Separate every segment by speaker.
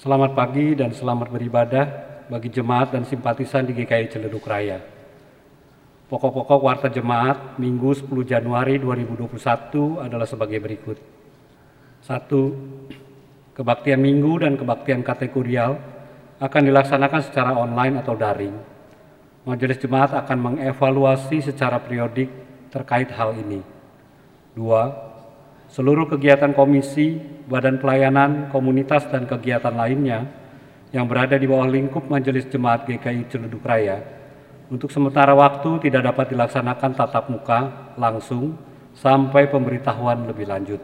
Speaker 1: Selamat pagi dan selamat beribadah bagi jemaat dan simpatisan di GKI Ciledug Raya. Pokok-pokok warta jemaat Minggu 10 Januari 2021 adalah sebagai berikut. 1. Kebaktian minggu dan kebaktian kategorial akan dilaksanakan secara online atau daring. Majelis jemaat akan mengevaluasi secara periodik terkait hal ini. 2. Seluruh kegiatan komisi, badan pelayanan, komunitas, dan kegiatan lainnya yang berada di bawah lingkup Majelis Jemaat GKI Ciledug Raya untuk sementara waktu tidak dapat dilaksanakan tatap muka langsung sampai pemberitahuan lebih lanjut.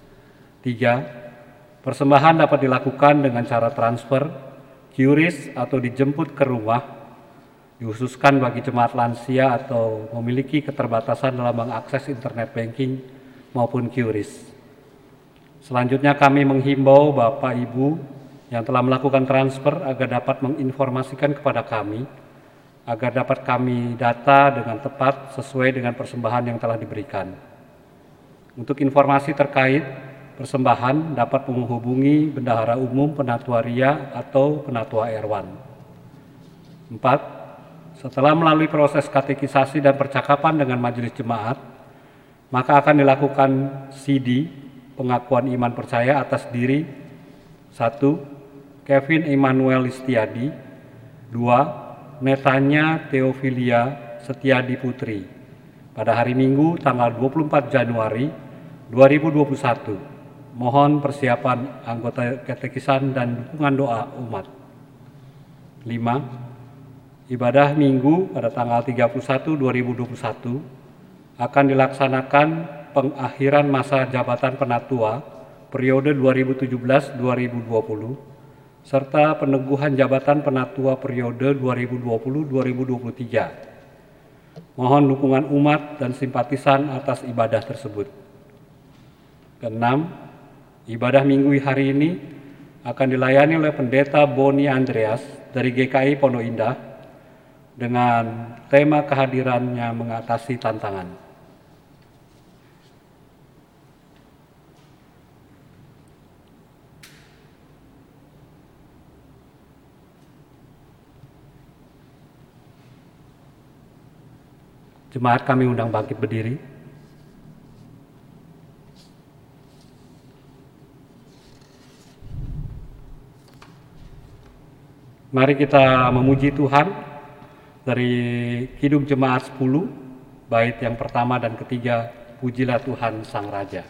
Speaker 1: 3. Persembahan dapat dilakukan dengan cara transfer, QRIS atau dijemput ke rumah, dikhususkan bagi jemaat lansia atau memiliki keterbatasan dalam mengakses internet banking maupun QRIS. Selanjutnya kami menghimbau Bapak Ibu yang telah melakukan transfer agar dapat menginformasikan kepada kami, agar dapat kami data dengan tepat sesuai dengan persembahan yang telah diberikan. Untuk informasi terkait persembahan dapat menghubungi Bendahara Umum Penatua Ria atau Penatua Erwan. 4. Setelah melalui proses katekisasi dan percakapan dengan majelis jemaat, maka akan dilakukan CD, pengakuan iman percaya atas diri 1. Kevin Emmanuel Listiadi. 2. Netanya Theophilia Setiadi Putri pada hari Minggu tanggal 24 Januari 2021. Mohon persiapan anggota katekisan dan dukungan doa umat. 5. Ibadah Minggu pada tanggal 31 2021 akan dilaksanakan pengakhiran masa jabatan penatua periode 2017-2020 serta peneguhan jabatan penatua periode 2020-2023. Mohon dukungan umat dan simpatisan atas ibadah tersebut. Keenam, ibadah minggu hari ini akan dilayani oleh Pendeta Boni Andreas dari GKI Pondok Indah dengan tema kehadirannya mengatasi tantangan. Jemaat kami undang bangkit berdiri. Mari kita memuji Tuhan dari Kidung Jemaat 10, bait yang pertama dan ketiga, Pujilah Tuhan Sang Raja.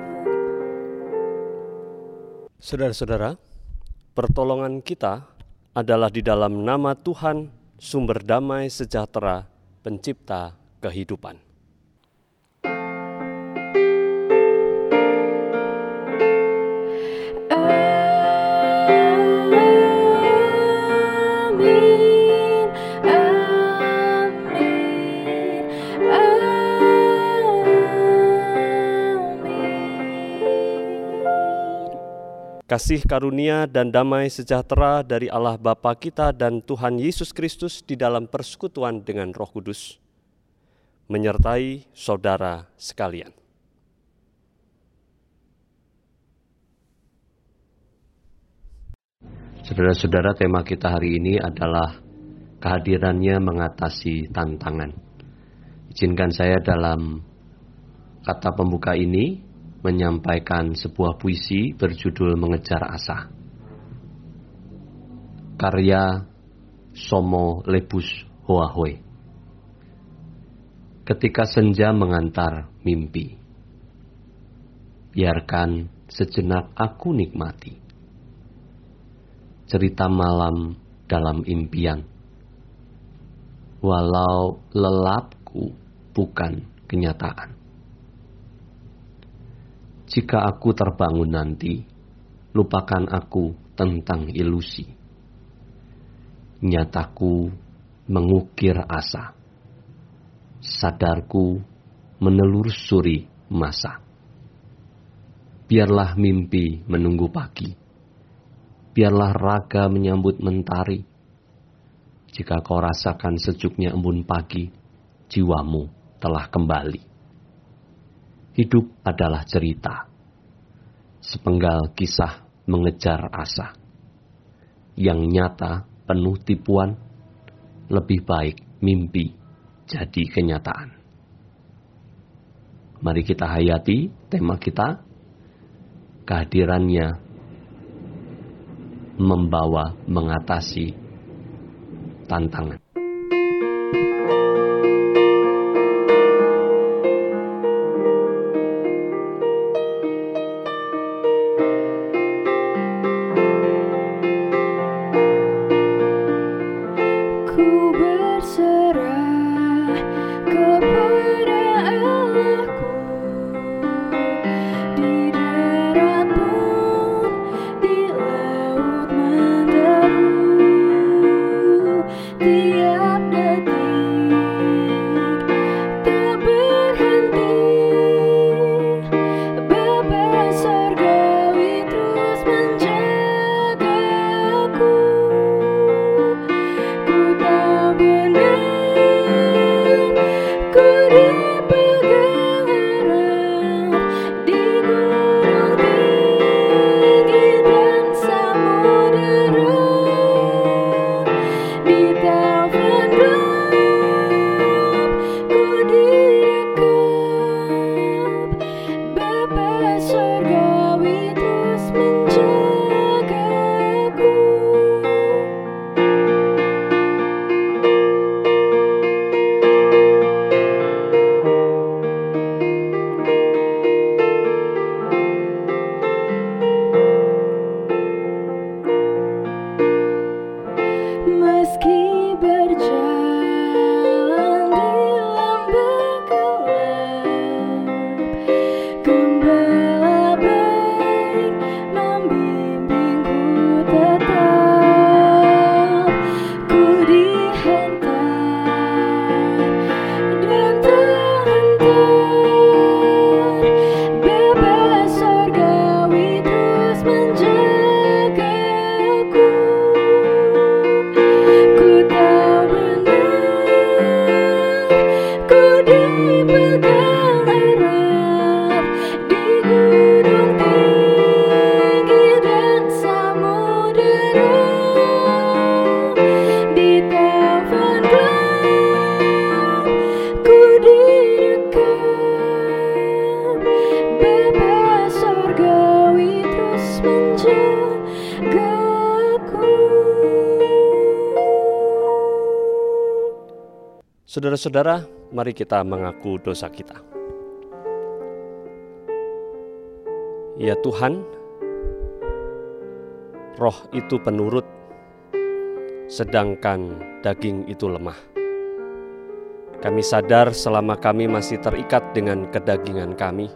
Speaker 2: Saudara-saudara, pertolongan kita adalah di dalam nama Tuhan, sumber damai sejahtera, pencipta kehidupan. Kasih karunia dan damai sejahtera dari Allah Bapa kita dan Tuhan Yesus Kristus di dalam persekutuan dengan Roh Kudus menyertai saudara sekalian.
Speaker 3: Saudara-saudara, tema kita hari ini adalah kehadirannya mengatasi tantangan. Izinkan saya dalam kata pembuka ini menyampaikan sebuah puisi berjudul Mengejar Asa. Karya Somo Lebus Hoahoe. Ketika senja mengantar mimpi, biarkan sejenak aku nikmati cerita malam dalam impian, walau lelapku bukan kenyataan. Jika aku terbangun nanti, lupakan aku tentang ilusi. Nyataku mengukir asa, sadarku menelusuri masa. Biarlah mimpi menunggu pagi, biarlah raga menyambut mentari. Jika kau rasakan sejuknya embun pagi, jiwamu telah kembali. Hidup adalah cerita, sepenggal kisah mengejar asa. Yang nyata penuh tipuan, lebih baik mimpi jadi kenyataan. Mari kita hayati tema kita, kehadirannya membawa mengatasi tantangan.
Speaker 2: Saudara-saudara, mari kita mengaku dosa kita. Ya Tuhan, Roh itu penurut, sedangkan daging itu lemah. Kami sadar selama kami masih terikat dengan kedagingan kami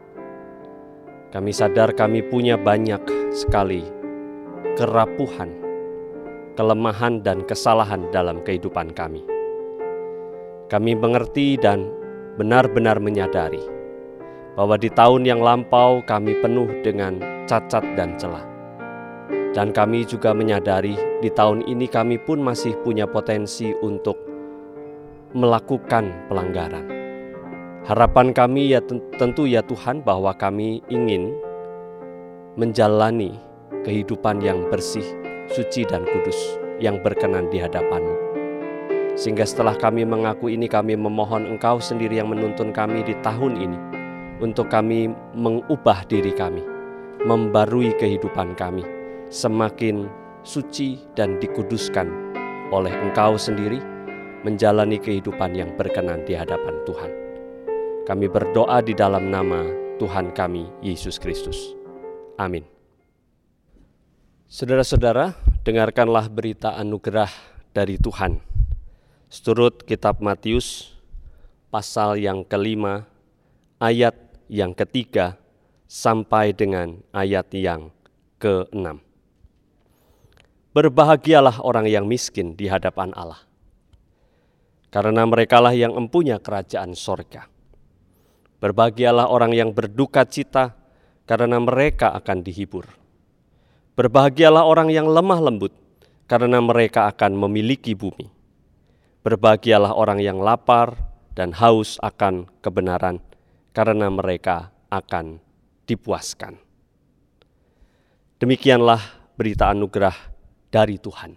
Speaker 2: sadar kami punya banyak sekali kerapuhan, kelemahan dan kesalahan dalam kehidupan kami. Kami mengerti dan benar-benar menyadari bahwa di tahun yang lampau kami penuh dengan cacat dan celah. Dan kami juga menyadari di tahun ini kami pun masih punya potensi untuk melakukan pelanggaran. Harapan kami tentu ya Tuhan bahwa kami ingin menjalani kehidupan yang bersih, suci dan kudus yang berkenan di hadapan-Mu. Sehingga setelah kami mengaku ini, kami memohon Engkau sendiri yang menuntun kami di tahun ini untuk kami mengubah diri kami, membarui kehidupan kami, semakin suci dan dikuduskan oleh Engkau sendiri, menjalani kehidupan yang berkenan di hadapan Tuhan. Kami berdoa di dalam nama Tuhan kami, Yesus Kristus. Amin. Saudara-saudara, dengarkanlah berita anugerah dari Tuhan. Seturut kitab Matius, pasal yang ke-5, ayat yang ke-3, sampai dengan ayat yang ke-6. Berbahagialah orang yang miskin di hadapan Allah, karena merekalah yang empunya kerajaan sorga. Berbahagialah orang yang berduka cita, karena mereka akan dihibur. Berbahagialah orang yang lemah lembut, karena mereka akan memiliki bumi. Berbahagialah orang yang lapar dan haus akan kebenaran, karena mereka akan dipuaskan. Demikianlah berita anugerah dari Tuhan.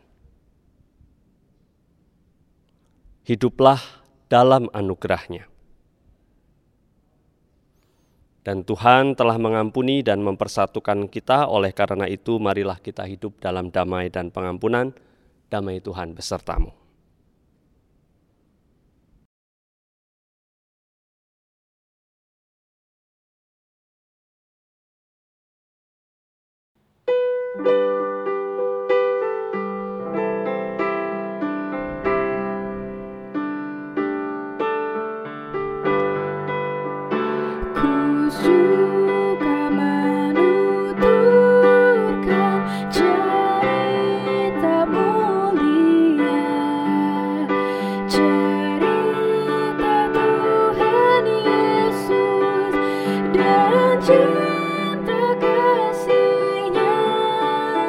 Speaker 2: Hiduplah dalam anugerah-Nya. Dan Tuhan telah mengampuni dan mempersatukan kita, oleh karena itu marilah kita hidup dalam damai dan pengampunan. Damai Tuhan besertamu.
Speaker 4: Suka menuturkan cerita mulia, cerita Tuhan Yesus dan cinta kasih-Nya.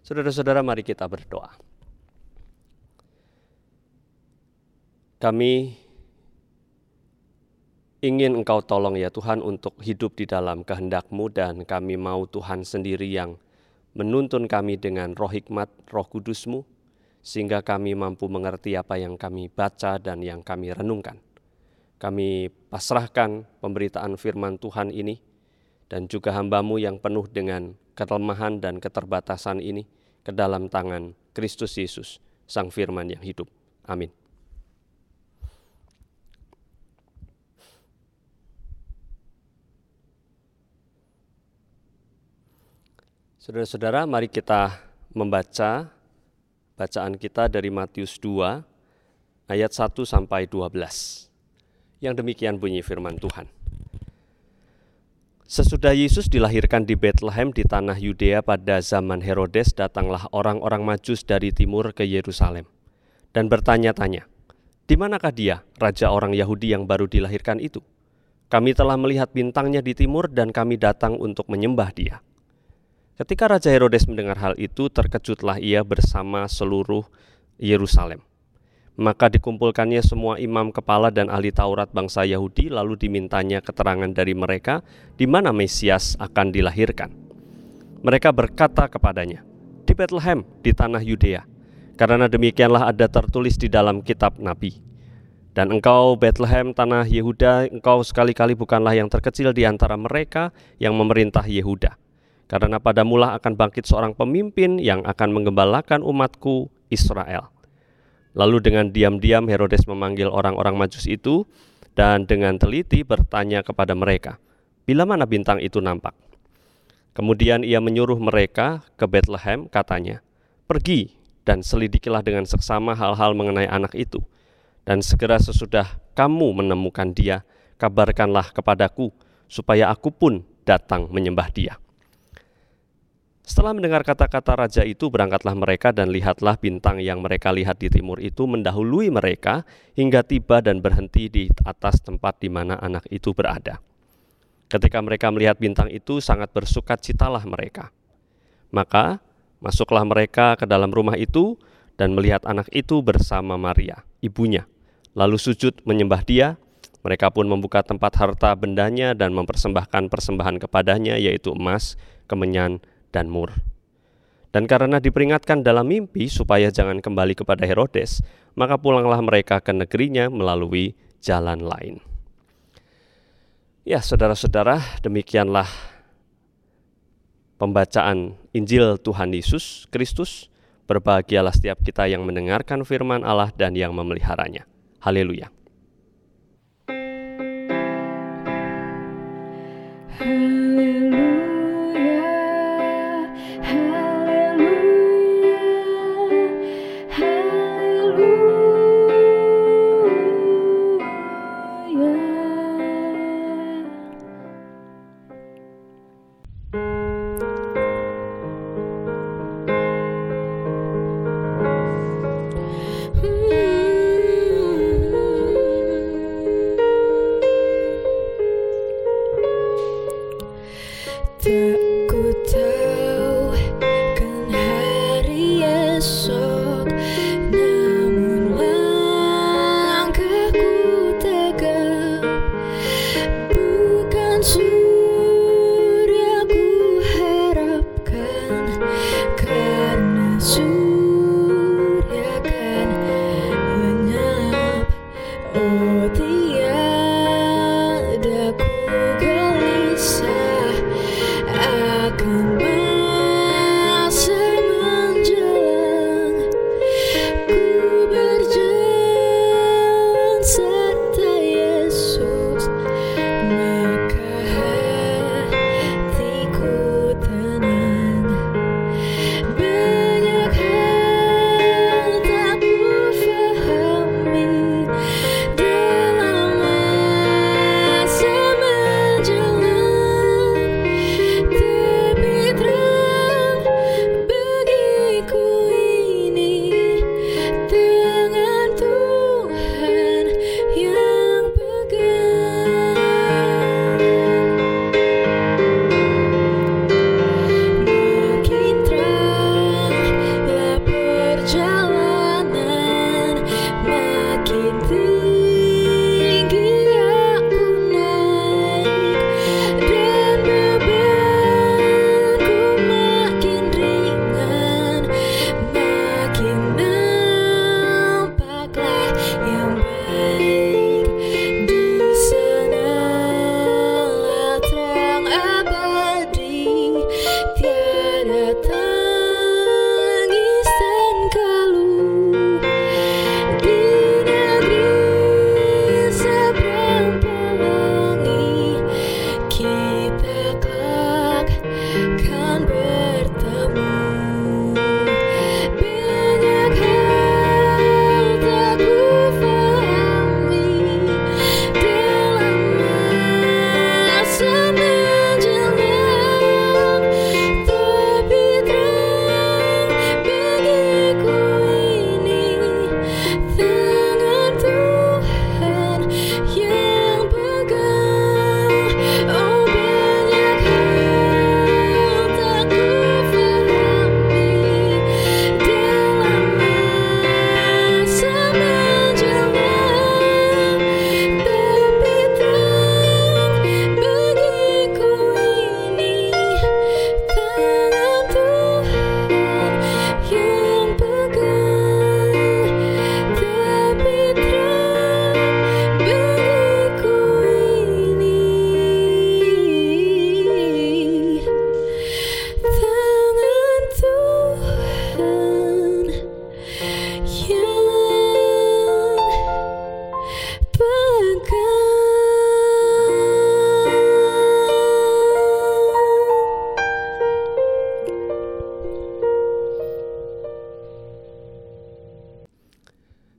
Speaker 2: Saudara-saudara, mari kita berdoa. Kami ingin Engkau tolong ya Tuhan untuk hidup di dalam kehendak-Mu, dan kami mau Tuhan sendiri yang menuntun kami dengan roh hikmat, roh kudus-Mu, sehingga kami mampu mengerti apa yang kami baca dan yang kami renungkan. Kami pasrahkan pemberitaan firman Tuhan ini dan juga hamba-Mu yang penuh dengan kelemahan dan keterbatasan ini ke dalam tangan Kristus Yesus, Sang Firman yang hidup. Amin. Saudara-saudara, mari kita membaca bacaan kita dari Matius 2 ayat 1 sampai 12. Yang demikian bunyi firman Tuhan. Sesudah Yesus dilahirkan di Bethlehem di tanah Yudea pada zaman Herodes, datanglah orang-orang Majus dari timur ke Yerusalem dan bertanya-tanya, "Di manakah dia, raja orang Yahudi yang baru dilahirkan itu? Kami telah melihat bintangnya di timur dan kami datang untuk menyembah dia." Ketika Raja Herodes mendengar hal itu, terkejutlah ia bersama seluruh Yerusalem. Maka dikumpulkannya semua imam kepala dan ahli Taurat bangsa Yahudi, lalu dimintanya keterangan dari mereka di mana Mesias akan dilahirkan. Mereka berkata kepadanya, "Di Bethlehem, di tanah Yudea, karena demikianlah ada tertulis di dalam kitab Nabi. Dan engkau Bethlehem, tanah Yehuda, engkau sekali-kali bukanlah yang terkecil di antara mereka yang memerintah Yehuda. Karena padamulah akan bangkit seorang pemimpin yang akan menggembalakan umatku Israel." Lalu dengan diam-diam Herodes memanggil orang-orang Majus itu dan dengan teliti bertanya kepada mereka, "Bila mana bintang itu nampak?" Kemudian ia menyuruh mereka ke Bethlehem, katanya, "Pergi dan selidikilah dengan seksama hal-hal mengenai anak itu. Dan segera sesudah kamu menemukan dia, kabarkanlah kepadaku, supaya aku pun datang menyembah dia." Setelah mendengar kata-kata raja itu, berangkatlah mereka dan lihatlah bintang yang mereka lihat di timur itu mendahului mereka hingga tiba dan berhenti di atas tempat di mana anak itu berada. Ketika mereka melihat bintang itu, sangat bersukacitalah mereka. Maka masuklah mereka ke dalam rumah itu dan melihat anak itu bersama Maria, ibunya. Lalu sujud menyembah dia. Mereka pun membuka tempat harta bendanya dan mempersembahkan persembahan kepadanya, yaitu emas, kemenyan, dan mur. Dan karena diperingatkan dalam mimpi supaya jangan kembali kepada Herodes, maka pulanglah mereka ke negerinya melalui jalan lain. Ya, saudara-saudara, demikianlah pembacaan Injil Tuhan Yesus Kristus. Berbahagialah setiap kita yang mendengarkan firman Allah dan yang memeliharanya. Haleluya.
Speaker 4: Tiada ku gelisah.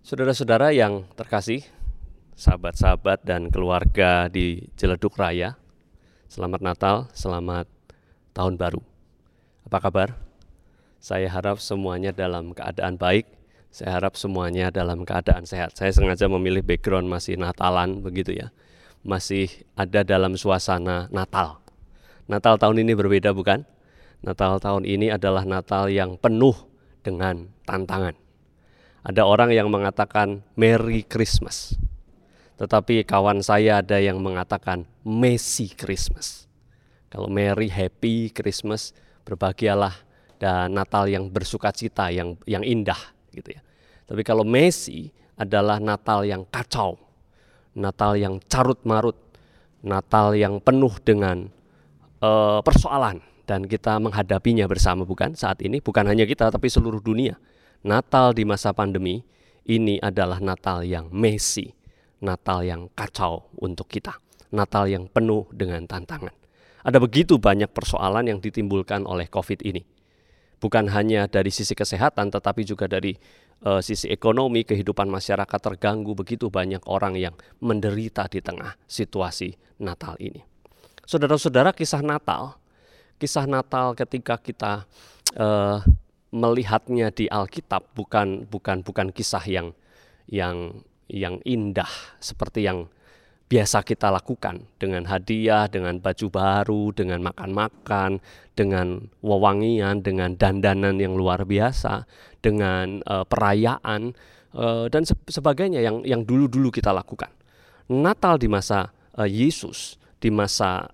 Speaker 2: Saudara-saudara yang terkasih, sahabat-sahabat dan keluarga di Ciledug Raya, selamat Natal, selamat Tahun Baru. Apa kabar? Saya harap semuanya dalam keadaan baik, saya harap semuanya dalam keadaan sehat. Saya sengaja memilih background masih Natalan begitu ya, masih ada dalam suasana Natal. Natal tahun ini berbeda bukan? Natal tahun ini adalah Natal yang penuh dengan tantangan. Ada orang yang mengatakan Merry Christmas, tetapi kawan saya ada yang mengatakan Messy Christmas. Kalau Merry, Happy Christmas, berbahagialah, dan Natal yang bersukacita, yang indah gitu ya. Tapi kalau Messy adalah Natal yang kacau, Natal yang carut-marut, Natal yang penuh dengan persoalan, dan kita menghadapinya bersama bukan saat ini, bukan hanya kita tapi seluruh dunia. Natal di masa pandemi ini adalah Natal yang messy, Natal yang kacau untuk kita, Natal yang penuh dengan tantangan. Ada begitu banyak persoalan yang ditimbulkan oleh COVID ini. Bukan hanya dari sisi kesehatan, tetapi juga dari sisi ekonomi, kehidupan masyarakat terganggu. Begitu banyak orang yang menderita di tengah situasi Natal ini. Saudara-saudara, kisah Natal ketika kita melihatnya di Alkitab bukan kisah yang indah seperti yang biasa kita lakukan dengan hadiah, dengan baju baru, dengan makan-makan, dengan wewangian, dengan dandanan yang luar biasa, dengan perayaan dan sebagainya yang dulu-dulu kita lakukan. Natal di masa Yesus, di masa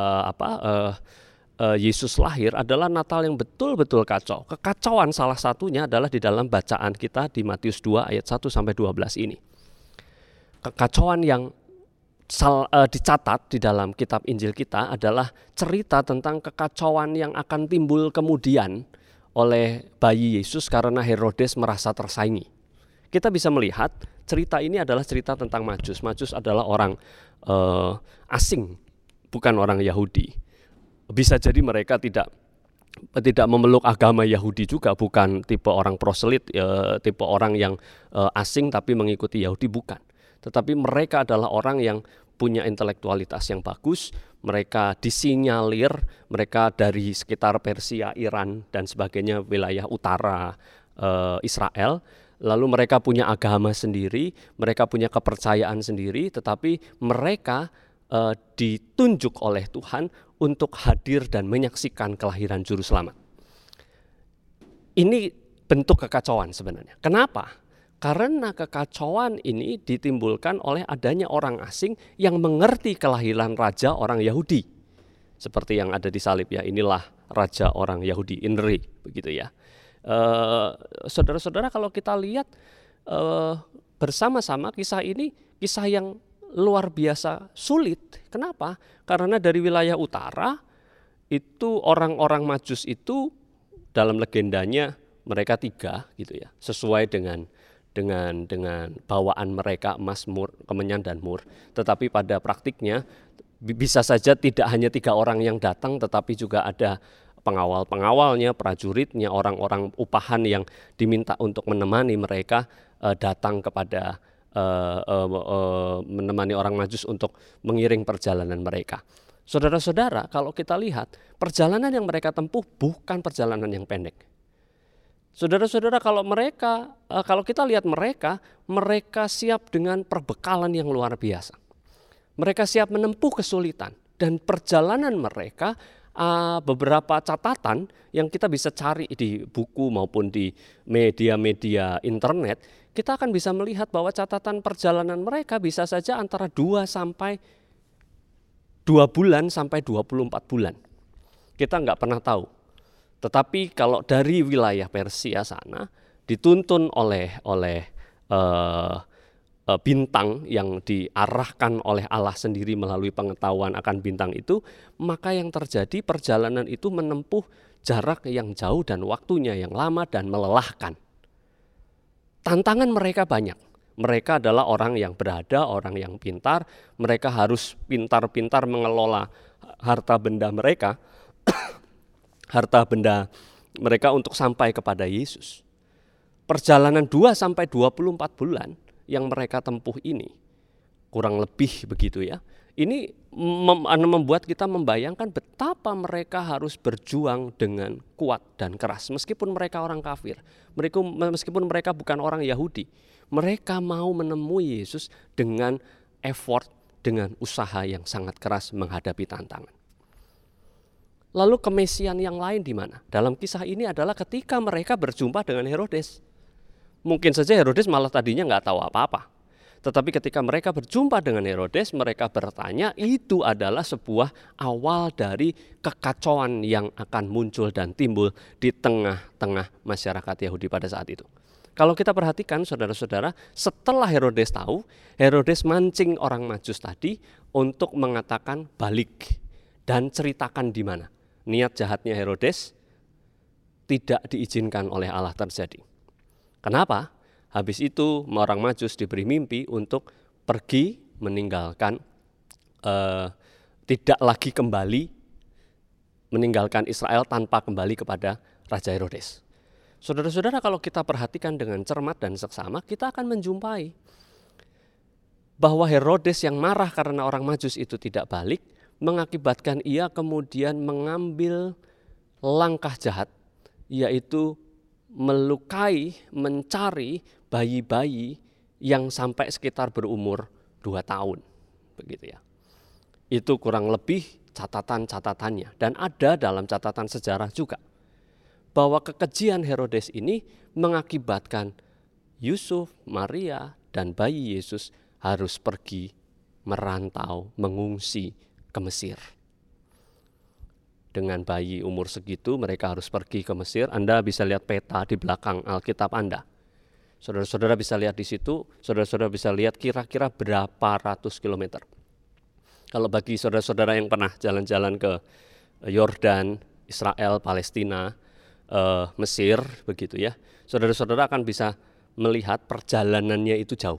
Speaker 2: Yesus lahir adalah Natal yang betul-betul kacau. Kekacauan salah satunya adalah di dalam bacaan kita di Matius 2 ayat 1-12 ini. Kekacauan yang dicatat di dalam kitab Injil kita adalah cerita tentang kekacauan yang akan timbul kemudian oleh bayi Yesus karena Herodes merasa tersaingi. Kita bisa melihat cerita ini adalah cerita tentang Majus. Majus adalah orang asing, bukan orang Yahudi. Bisa jadi mereka tidak memeluk agama Yahudi juga, bukan tipe orang proselit, tipe orang yang asing tapi mengikuti Yahudi, bukan. Tetapi mereka adalah orang yang punya intelektualitas yang bagus, mereka disinyalir, mereka dari sekitar Persia, Iran dan sebagainya, wilayah utara Israel. Lalu mereka punya agama sendiri, mereka punya kepercayaan sendiri, tetapi mereka ditunjuk oleh Tuhan untuk hadir dan menyaksikan kelahiran Juru Selamat. Ini bentuk kekacauan sebenarnya. Kenapa? Karena kekacauan ini ditimbulkan oleh adanya orang asing yang mengerti kelahiran raja orang Yahudi. Seperti yang ada di salib ya, inilah raja orang Yahudi, INRI, begitu ya. Saudara-saudara, kalau kita lihat bersama-sama kisah ini, kisah yang luar biasa sulit. Kenapa? Karena dari wilayah utara itu orang-orang Majus itu dalam legendanya mereka 3 gitu ya, sesuai dengan bawaan mereka emas, mur, kemenyan dan mur. Tetapi pada praktiknya bisa saja tidak hanya 3 orang yang datang, tetapi juga ada pengawal-pengawalnya, prajuritnya, orang-orang upahan yang diminta untuk menemani mereka datang kepada menemani orang Majus untuk mengiring perjalanan mereka. Saudara-saudara, kalau kita lihat perjalanan yang mereka tempuh bukan perjalanan yang pendek. Saudara-saudara, kalau kita lihat mereka siap dengan perbekalan yang luar biasa. Mereka siap menempuh kesulitan, dan perjalanan mereka beberapa catatan yang kita bisa cari di buku maupun di media-media internet, kita akan bisa melihat bahwa catatan perjalanan mereka bisa saja antara 2 bulan sampai 24 bulan. Kita nggak pernah tahu. Tetapi kalau dari wilayah Persia sana dituntun oleh bintang yang diarahkan oleh Allah sendiri melalui pengetahuan akan bintang itu, maka yang terjadi perjalanan itu menempuh jarak yang jauh dan waktunya yang lama dan melelahkan. Tantangan mereka banyak. Mereka adalah orang yang berada, orang yang pintar. Mereka harus pintar-pintar mengelola harta benda mereka, harta benda mereka untuk sampai kepada Yesus. perjalanan 2-24 bulan yang mereka tempuh ini, kurang lebih begitu ya, ini membuat kita membayangkan betapa mereka harus berjuang dengan kuat dan keras. Meskipun mereka orang kafir, meskipun mereka bukan orang Yahudi, mereka mau menemui Yesus dengan effort, dengan usaha yang sangat keras menghadapi tantangan. Lalu kemesian yang lain di mana? Dalam kisah ini adalah ketika mereka berjumpa dengan Herodes. Mungkin saja Herodes malah tadinya nggak tahu apa-apa. Tetapi ketika mereka berjumpa dengan Herodes, mereka bertanya, itu adalah sebuah awal dari kekacauan yang akan muncul dan timbul di tengah-tengah masyarakat Yahudi pada saat itu. Kalau kita perhatikan saudara-saudara, setelah Herodes tahu, Herodes mancing orang Majus tadi untuk mengatakan balik dan ceritakan di mana niat jahatnya Herodes tidak diizinkan oleh Allah terjadi. Kenapa? Habis itu orang Majus diberi mimpi untuk pergi meninggalkan, tidak lagi kembali meninggalkan Israel tanpa kembali kepada Raja Herodes. Saudara-saudara, kalau kita perhatikan dengan cermat dan seksama, kita akan menjumpai bahwa Herodes yang marah karena orang Majus itu tidak balik, mengakibatkan ia kemudian mengambil langkah jahat, yaitu melukai, mencari bayi-bayi yang sampai sekitar berumur 2 tahun. Begitu ya. Itu kurang lebih catatan-catatannya. Dan ada dalam catatan sejarah juga bahwa kekejian Herodes ini mengakibatkan Yusuf, Maria, dan bayi Yesus harus pergi merantau, mengungsi ke Mesir. Dengan bayi umur segitu mereka harus pergi ke Mesir. Anda bisa lihat peta di belakang Alkitab Anda. Saudara-saudara bisa lihat di situ, saudara-saudara bisa lihat kira-kira berapa ratus kilometer. Kalau bagi saudara-saudara yang pernah jalan-jalan ke Yordan, Israel, Palestina, Mesir, begitu ya, saudara-saudara akan bisa melihat perjalanannya itu jauh.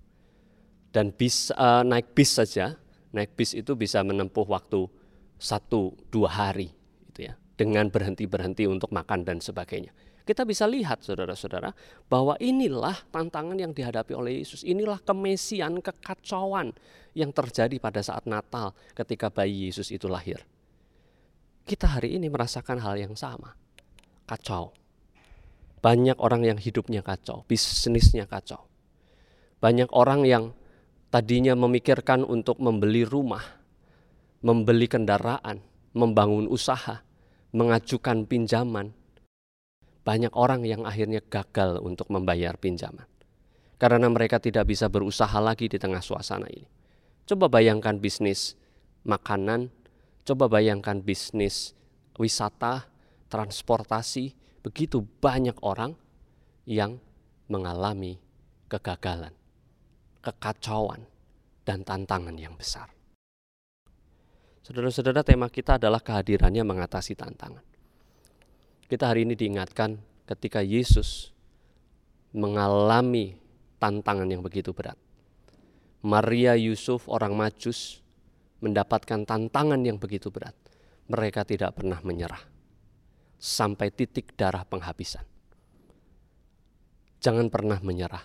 Speaker 2: Dan naik bis saja, naik bis itu bisa menempuh waktu 1-2 hari gitu ya, dengan berhenti-berhenti untuk makan dan sebagainya. Kita bisa lihat saudara-saudara bahwa inilah tantangan yang dihadapi oleh Yesus. Inilah kemesian, kekacauan yang terjadi pada saat Natal ketika bayi Yesus itu lahir. Kita hari ini merasakan hal yang sama. Kacau. Banyak orang yang hidupnya kacau, bisnisnya kacau. Banyak orang yang tadinya memikirkan untuk membeli rumah, membeli kendaraan, membangun usaha, mengajukan pinjaman. Banyak orang yang akhirnya gagal untuk membayar pinjaman karena mereka tidak bisa berusaha lagi di tengah suasana ini. Coba bayangkan bisnis makanan, coba bayangkan bisnis wisata, transportasi, begitu banyak orang yang mengalami kegagalan, kekacauan, dan tantangan yang besar. Saudara-saudara, tema kita adalah kehadirannya mengatasi tantangan. Kita hari ini diingatkan ketika Yesus mengalami tantangan yang begitu berat. Maria, Yusuf, orang Majus mendapatkan tantangan yang begitu berat. Mereka tidak pernah menyerah sampai titik darah penghabisan. Jangan pernah menyerah.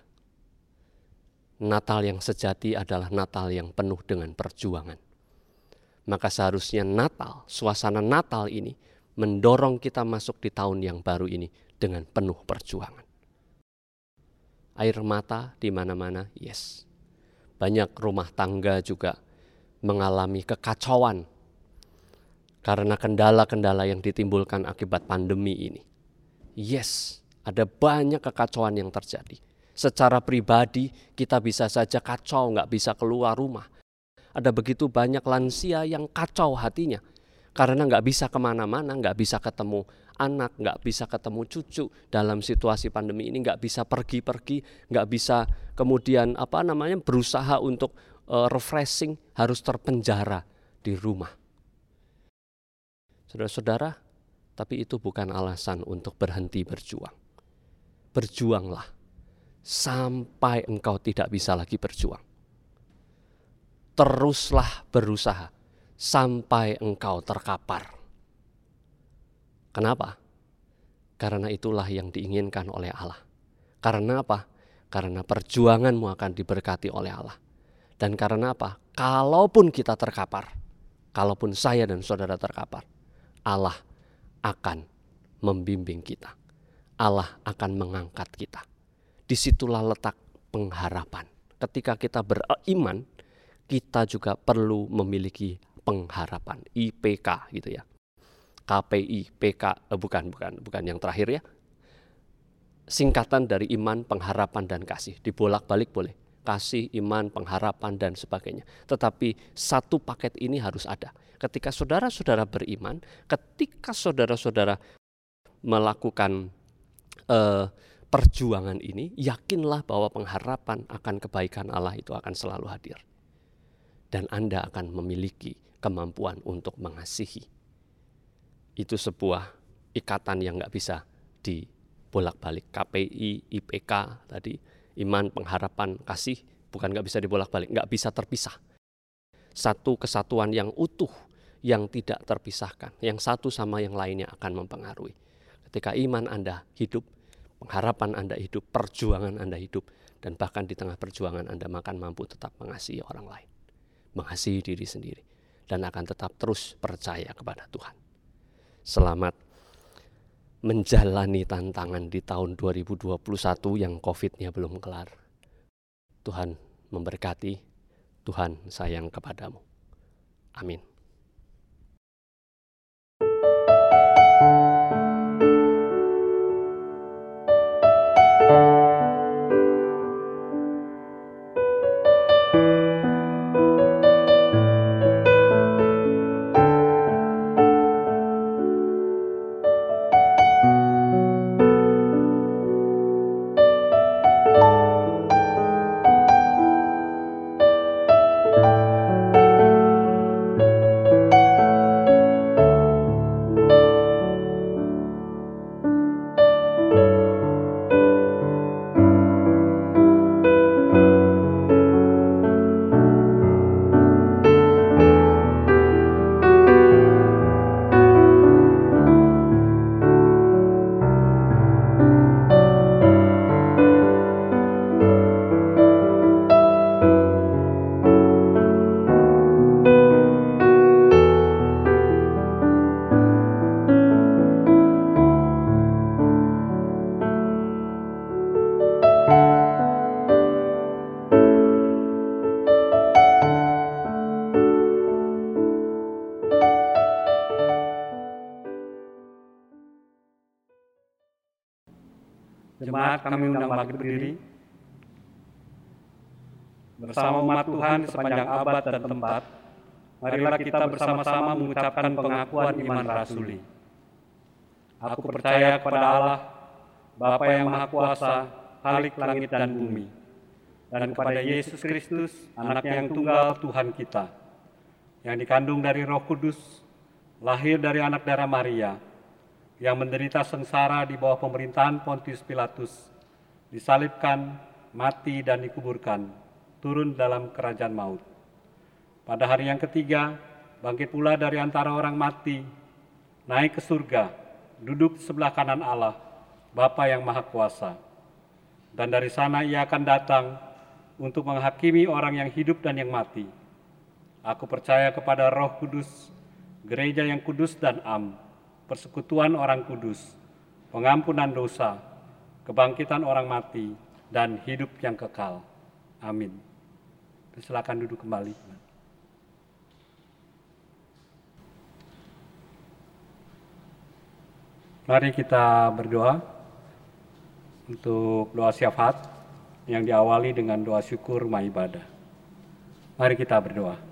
Speaker 2: Natal yang sejati adalah Natal yang penuh dengan perjuangan. Maka seharusnya Natal, suasana Natal ini mendorong kita masuk di tahun yang baru ini dengan penuh perjuangan. Air mata di mana-mana, yes. Banyak rumah tangga juga mengalami kekacauan karena kendala-kendala yang ditimbulkan akibat pandemi ini. Yes, ada banyak kekacauan yang terjadi. Secara pribadi kita bisa saja kacau, nggak bisa keluar rumah. Ada begitu banyak lansia yang kacau hatinya karena nggak bisa kemana-mana, nggak bisa ketemu anak, nggak bisa ketemu cucu dalam situasi pandemi ini, nggak bisa pergi-pergi, nggak bisa kemudian berusaha untuk refreshing, harus terpenjara di rumah. Saudara-saudara, tapi itu bukan alasan untuk berhenti berjuang. Berjuanglah sampai engkau tidak bisa lagi berjuang. Teruslah berusaha sampai engkau terkapar. Kenapa? Karena itulah yang diinginkan oleh Allah. Karena apa? Karena perjuanganmu akan diberkati oleh Allah. Dan karena apa? Kalaupun kita terkapar, kalaupun saya dan saudara terkapar, Allah akan membimbing kita. Allah akan mengangkat kita. Disitulah letak pengharapan. Ketika kita beriman, kita juga perlu memiliki pengharapan. IPK gitu ya. KPI, PK, bukan yang terakhir ya. Singkatan dari iman, pengharapan, dan kasih. Dibolak-balik boleh. Kasih, iman, pengharapan, dan sebagainya. Tetapi satu paket ini harus ada. Ketika saudara-saudara beriman, ketika saudara-saudara melakukan perjuangan ini, yakinlah bahwa pengharapan akan kebaikan Allah itu akan selalu hadir. Dan Anda akan memiliki kemampuan untuk mengasihi. Itu sebuah ikatan yang gak bisa dibolak-balik. KPI, IPK tadi, iman, pengharapan, kasih, bukan gak bisa dibolak-balik, gak bisa terpisah. Satu kesatuan yang utuh, yang tidak terpisahkan. Yang satu sama yang lainnya akan mempengaruhi. Ketika iman Anda hidup, pengharapan Anda hidup, perjuangan Anda hidup, dan bahkan di tengah perjuangan Anda akan mampu tetap mengasihi orang lain, mengasihi diri sendiri, dan akan tetap terus percaya kepada Tuhan. Selamat menjalani tantangan di tahun 2021 yang COVID-nya belum kelar. Tuhan memberkati, Tuhan sayang kepadamu. Amin.
Speaker 1: Jemaat, kami undang bangkit berdiri. Bersama umat Tuhan sepanjang abad dan tempat, marilah kita bersama-sama mengucapkan pengakuan iman rasuli. Aku percaya kepada Allah, Bapa yang Maha Kuasa, Khalik langit dan bumi, dan kepada Yesus Kristus, Anaknya yang tunggal Tuhan kita, yang dikandung dari Roh Kudus, lahir dari anak darah Maria, yang menderita sengsara di bawah pemerintahan Pontius Pilatus, disalibkan, mati dan dikuburkan, turun dalam kerajaan maut. Pada hari yang ketiga, bangkit pula dari antara orang mati, naik ke surga, duduk di sebelah kanan Allah, Bapa yang Maha Kuasa. Dan dari sana ia akan datang untuk menghakimi orang yang hidup dan yang mati. Aku percaya kepada Roh Kudus, gereja yang kudus dan am, persekutuan orang kudus, pengampunan dosa, kebangkitan orang mati, dan hidup yang kekal. Amin. Silakan duduk kembali. Mari kita berdoa untuk doa syafaat yang diawali dengan doa syukur rumah ibadah. Mari kita berdoa.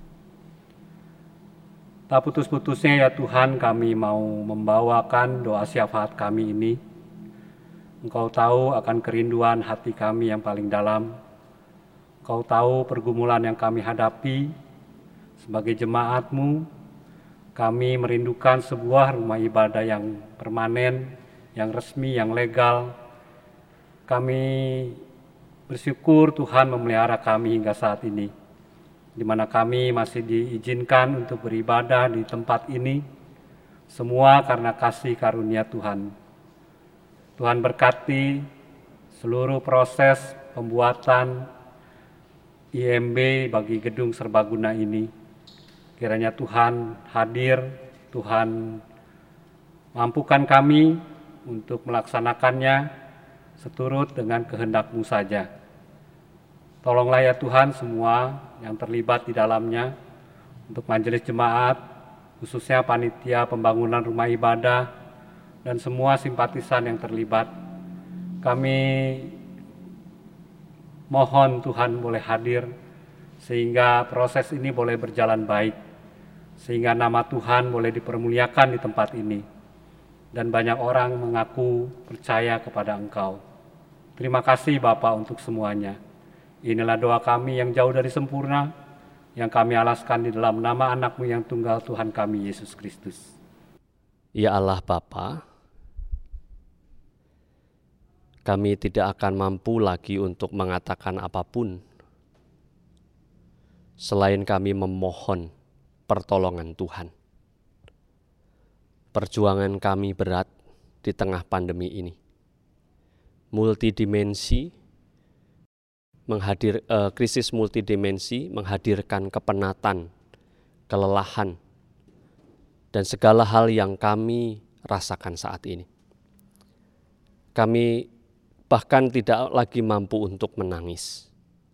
Speaker 1: Tak putus-putusnya ya Tuhan, kami mau membawakan doa syafaat kami ini. Engkau tahu akan kerinduan hati kami yang paling dalam. Engkau tahu pergumulan yang kami hadapi. Sebagai jemaat-Mu, kami merindukan sebuah rumah ibadah yang permanen, yang resmi, yang legal. Kami bersyukur Tuhan memelihara kami hingga saat ini, di mana kami masih diizinkan untuk beribadah di tempat ini, semua karena kasih karunia Tuhan. Tuhan berkati seluruh proses pembuatan IMB bagi gedung serbaguna ini. Kiranya Tuhan hadir, Tuhan mampukan kami untuk melaksanakannya seturut dengan kehendak-Mu saja. Tolonglah ya Tuhan semua yang terlibat di dalamnya, untuk majelis jemaat, khususnya panitia pembangunan rumah ibadah, dan semua simpatisan yang terlibat. Kami mohon Tuhan boleh hadir, sehingga proses ini boleh berjalan baik, sehingga nama Tuhan boleh dipermuliakan di tempat ini, dan banyak orang mengaku percaya kepada Engkau. Terima kasih Bapa untuk semuanya. Inilah doa kami yang jauh dari sempurna, yang kami alaskan di dalam nama anak-Mu yang tunggal, Tuhan kami Yesus Kristus.
Speaker 2: Ya Allah Bapa, kami tidak akan mampu lagi untuk mengatakan apapun selain kami memohon pertolongan Tuhan. Perjuangan kami berat di tengah pandemi ini. Krisis multidimensi menghadirkan kepenatan, kelelahan, dan segala hal yang kami rasakan saat ini. Kami bahkan tidak lagi mampu untuk menangis.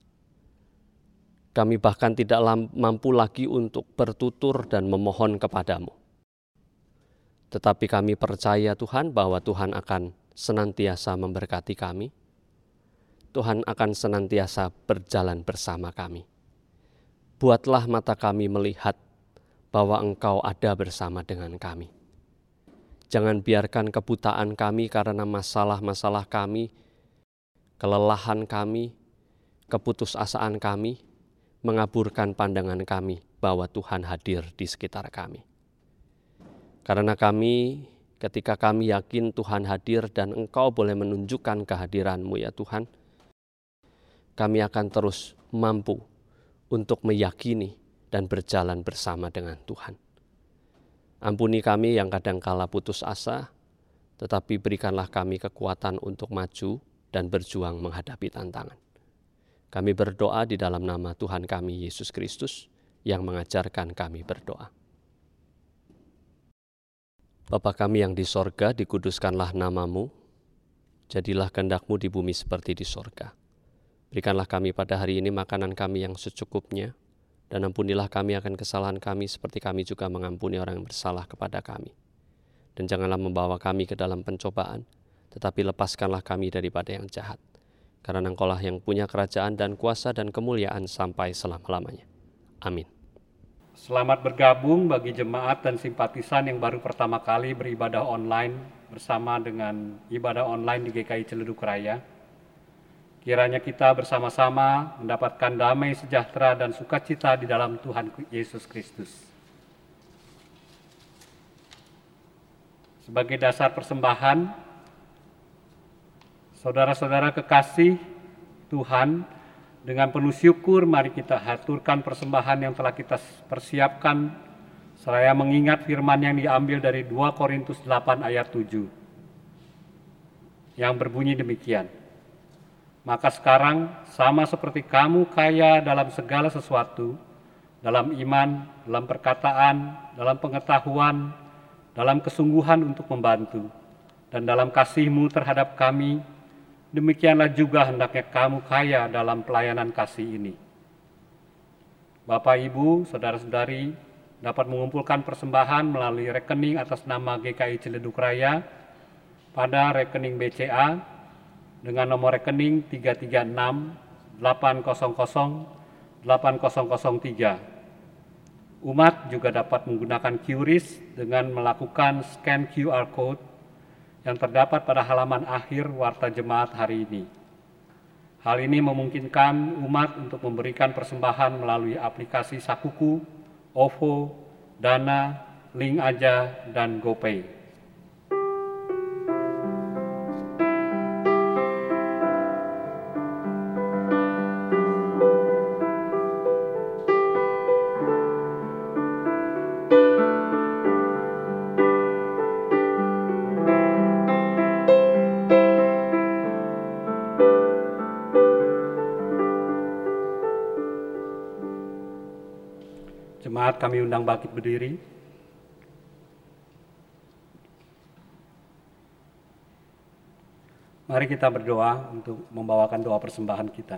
Speaker 2: Kami bahkan tidak mampu lagi untuk bertutur dan memohon kepadamu. Tetapi kami percaya Tuhan bahwa Tuhan akan senantiasa memberkati kami. Tuhan akan senantiasa berjalan bersama kami. Buatlah mata kami melihat bahwa Engkau ada bersama dengan kami. Jangan biarkan kebutaan kami karena masalah-masalah kami, kelelahan kami, keputusasaan kami, mengaburkan pandangan kami bahwa Tuhan hadir di sekitar kami. Karena ketika kami yakin Tuhan hadir dan Engkau boleh menunjukkan kehadiran-Mu ya Tuhan, kami akan terus mampu untuk meyakini dan berjalan bersama dengan Tuhan. Ampuni kami yang kadangkala putus asa, tetapi berikanlah kami kekuatan untuk maju dan berjuang menghadapi tantangan. Kami berdoa di dalam nama Tuhan kami Yesus Kristus yang mengajarkan kami berdoa. Bapa kami yang di sorga, dikuduskanlah nama-Mu, jadilah kehendak-Mu di bumi seperti di sorga. Berikanlah kami pada hari ini makanan kami yang secukupnya, dan ampunilah kami akan kesalahan kami seperti kami juga mengampuni orang yang bersalah kepada kami. Dan janganlah membawa kami ke dalam pencobaan, tetapi lepaskanlah kami daripada yang jahat. Karena Engkau-lah yang punya kerajaan dan kuasa dan kemuliaan sampai selama-lamanya. Amin.
Speaker 1: Selamat bergabung bagi jemaat dan simpatisan yang baru pertama kali beribadah online bersama dengan ibadah online di GKI Ciledug Raya. Kiranya kita bersama-sama mendapatkan damai sejahtera dan sukacita di dalam Tuhan Yesus Kristus. Sebagai dasar persembahan, saudara-saudara kekasih Tuhan, dengan penuh syukur mari kita haturkan persembahan yang telah kita persiapkan, seraya mengingat firman yang diambil dari 2 Korintus 8 ayat 7, yang berbunyi demikian. Maka sekarang sama seperti kamu kaya dalam segala sesuatu, dalam iman, dalam perkataan, dalam pengetahuan, dalam kesungguhan untuk membantu, dan dalam kasih-Mu terhadap kami, demikianlah juga hendaknya kamu kaya dalam pelayanan kasih ini. Bapak, Ibu, Saudara-saudari dapat mengumpulkan persembahan melalui rekening atas nama GKI Ciledug Raya pada rekening BCA dengan nomor rekening 336-800-8003. Umat juga dapat menggunakan QRIS dengan melakukan scan QR Code yang terdapat pada halaman akhir Warta Jemaat hari ini. Hal ini memungkinkan umat untuk memberikan persembahan melalui aplikasi Sakuku, OVO, Dana, Link Aja, dan GoPay. kami undang bangkit berdiri. Mari kita berdoa untuk membawakan doa persembahan kita.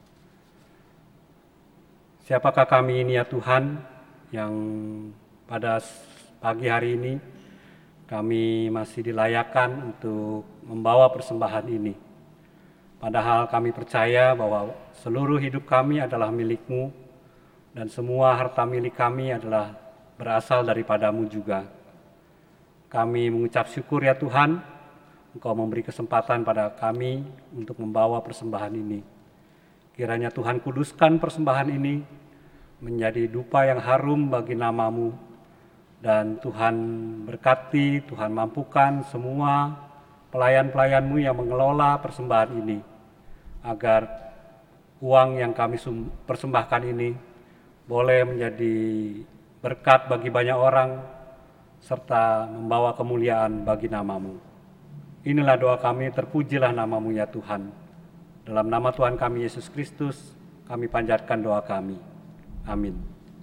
Speaker 1: Siapakah kami ini ya Tuhan, yang pada pagi hari ini kami masih dilayakkan untuk membawa persembahan ini. Padahal kami percaya bahwa seluruh hidup kami adalah milik-Mu dan semua harta milik kami adalah berasal daripadamu juga. Kami mengucap syukur ya Tuhan, Engkau memberi kesempatan pada kami untuk membawa persembahan ini. Kiranya Tuhan kuduskan persembahan ini menjadi dupa yang harum bagi nama-Mu. Dan Tuhan berkati, Tuhan mampukan semua pelayan-pelayan-Mu yang mengelola persembahan ini, agar uang yang kami persembahkan ini boleh menjadi berkat bagi banyak orang, serta membawa kemuliaan bagi nama-Mu. Inilah doa kami, terpujilah nama-Mu ya Tuhan. Dalam nama Tuhan kami Yesus Kristus, kami panjatkan doa kami. Amin.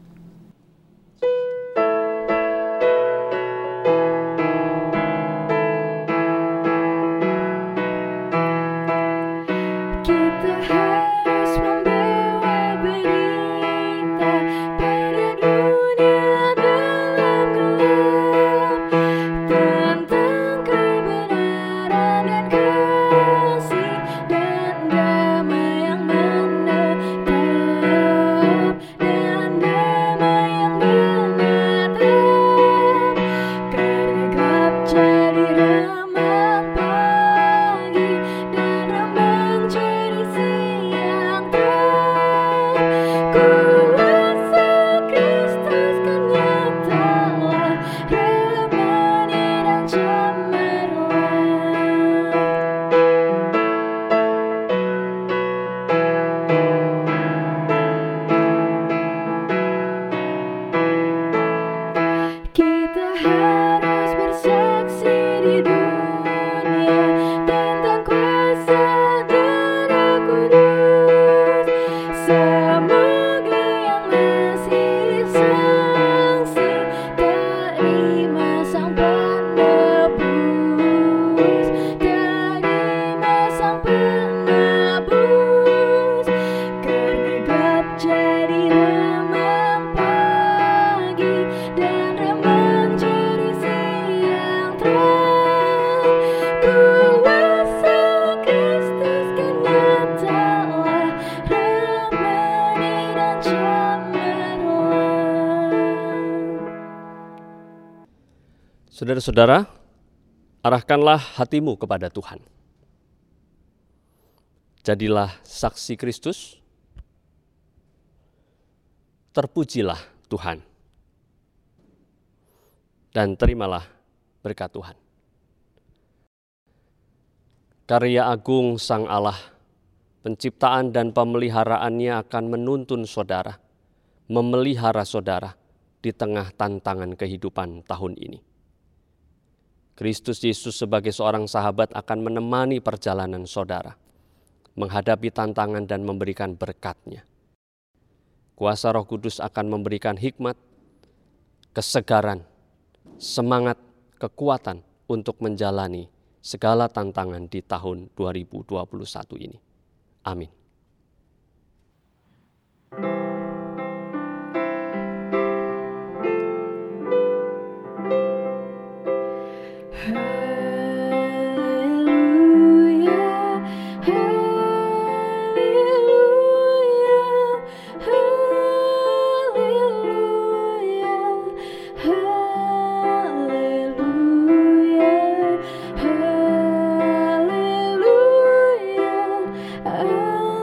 Speaker 4: Kita harus membawa berita pada dunia dalam gelap tentang kebenaran dan kasih dan damai yang menetap, dan damai yang menetap. Karena gelap jadi remang pagi dan remang jadi siang terang. Kuasa Kristus kan nyatalah, remani dan cemerlang. Kita harus bersaksi di dunia tentang kuasa Darah Kudus. Semoga yang masih saksi terima Sang Penebus, terima Sang Penebus. Karena gelap jadi remang pagi dan remang jadi siang terang. Kuasa Kristus kan nyatalah, remani dan cemerlang.
Speaker 2: Saudara-saudara, arahkanlah hatimu kepada Tuhan. Jadilah saksi Kristus. Terpujilah Tuhan. Dan terimalah berkat Tuhan. Karya agung Sang Allah, penciptaan dan pemeliharaannya akan menuntun saudara, memelihara saudara di tengah tantangan kehidupan tahun ini. Kristus Yesus sebagai seorang sahabat akan menemani perjalanan saudara, menghadapi tantangan dan memberikan berkat-Nya. Kuasa Roh Kudus akan memberikan hikmat, kesegaran, semangat, kekuatan untuk menjalani segala tantangan di tahun 2021 ini. Amin.
Speaker 4: Haleluya, haleluya, haleluya.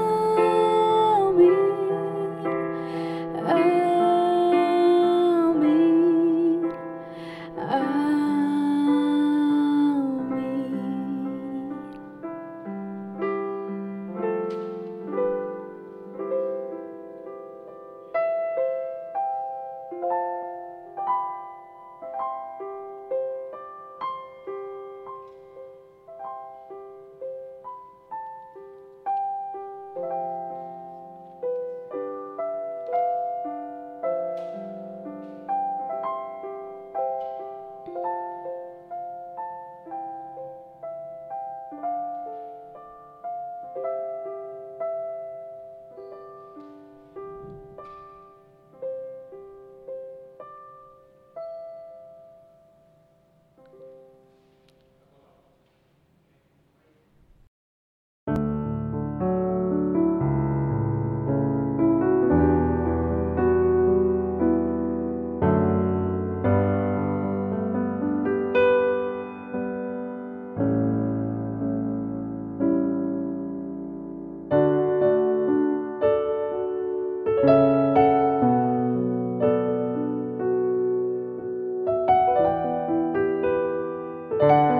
Speaker 4: Tuhan.